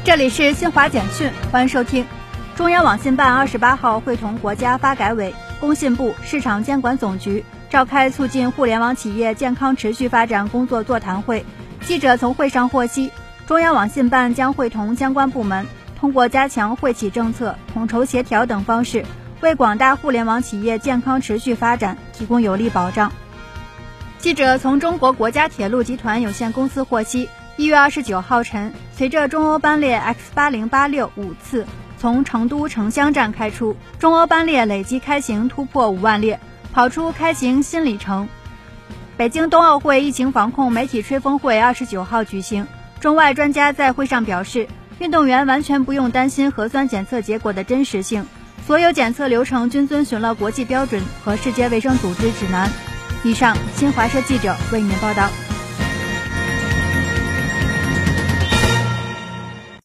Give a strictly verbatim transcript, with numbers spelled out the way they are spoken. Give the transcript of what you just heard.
这里是新华简讯，欢迎收听。中央网信办二十八号会同国家发改委、工信部、市场监管总局召开促进互联网企业健康持续发展工作座谈会。记者从会上获悉，中央网信办将会同相关部门通过加强惠企政策、统筹协调等方式，为广大互联网企业健康持续发展提供有力保障。记者从中国国家铁路集团有限公司获悉，一月二十九号晨，随着中欧班列 X 八零八六 五次从成都城乡站开出，中欧班列累计开行突破五万列，跑出开行新里程。北京冬奥会疫情防控媒体吹风会二十九号举行，中外专家在会上表示，运动员完全不用担心核酸检测结果的真实性，所有检测流程均遵循了国际标准和世界卫生组织指南。以上，新华社记者为您报道。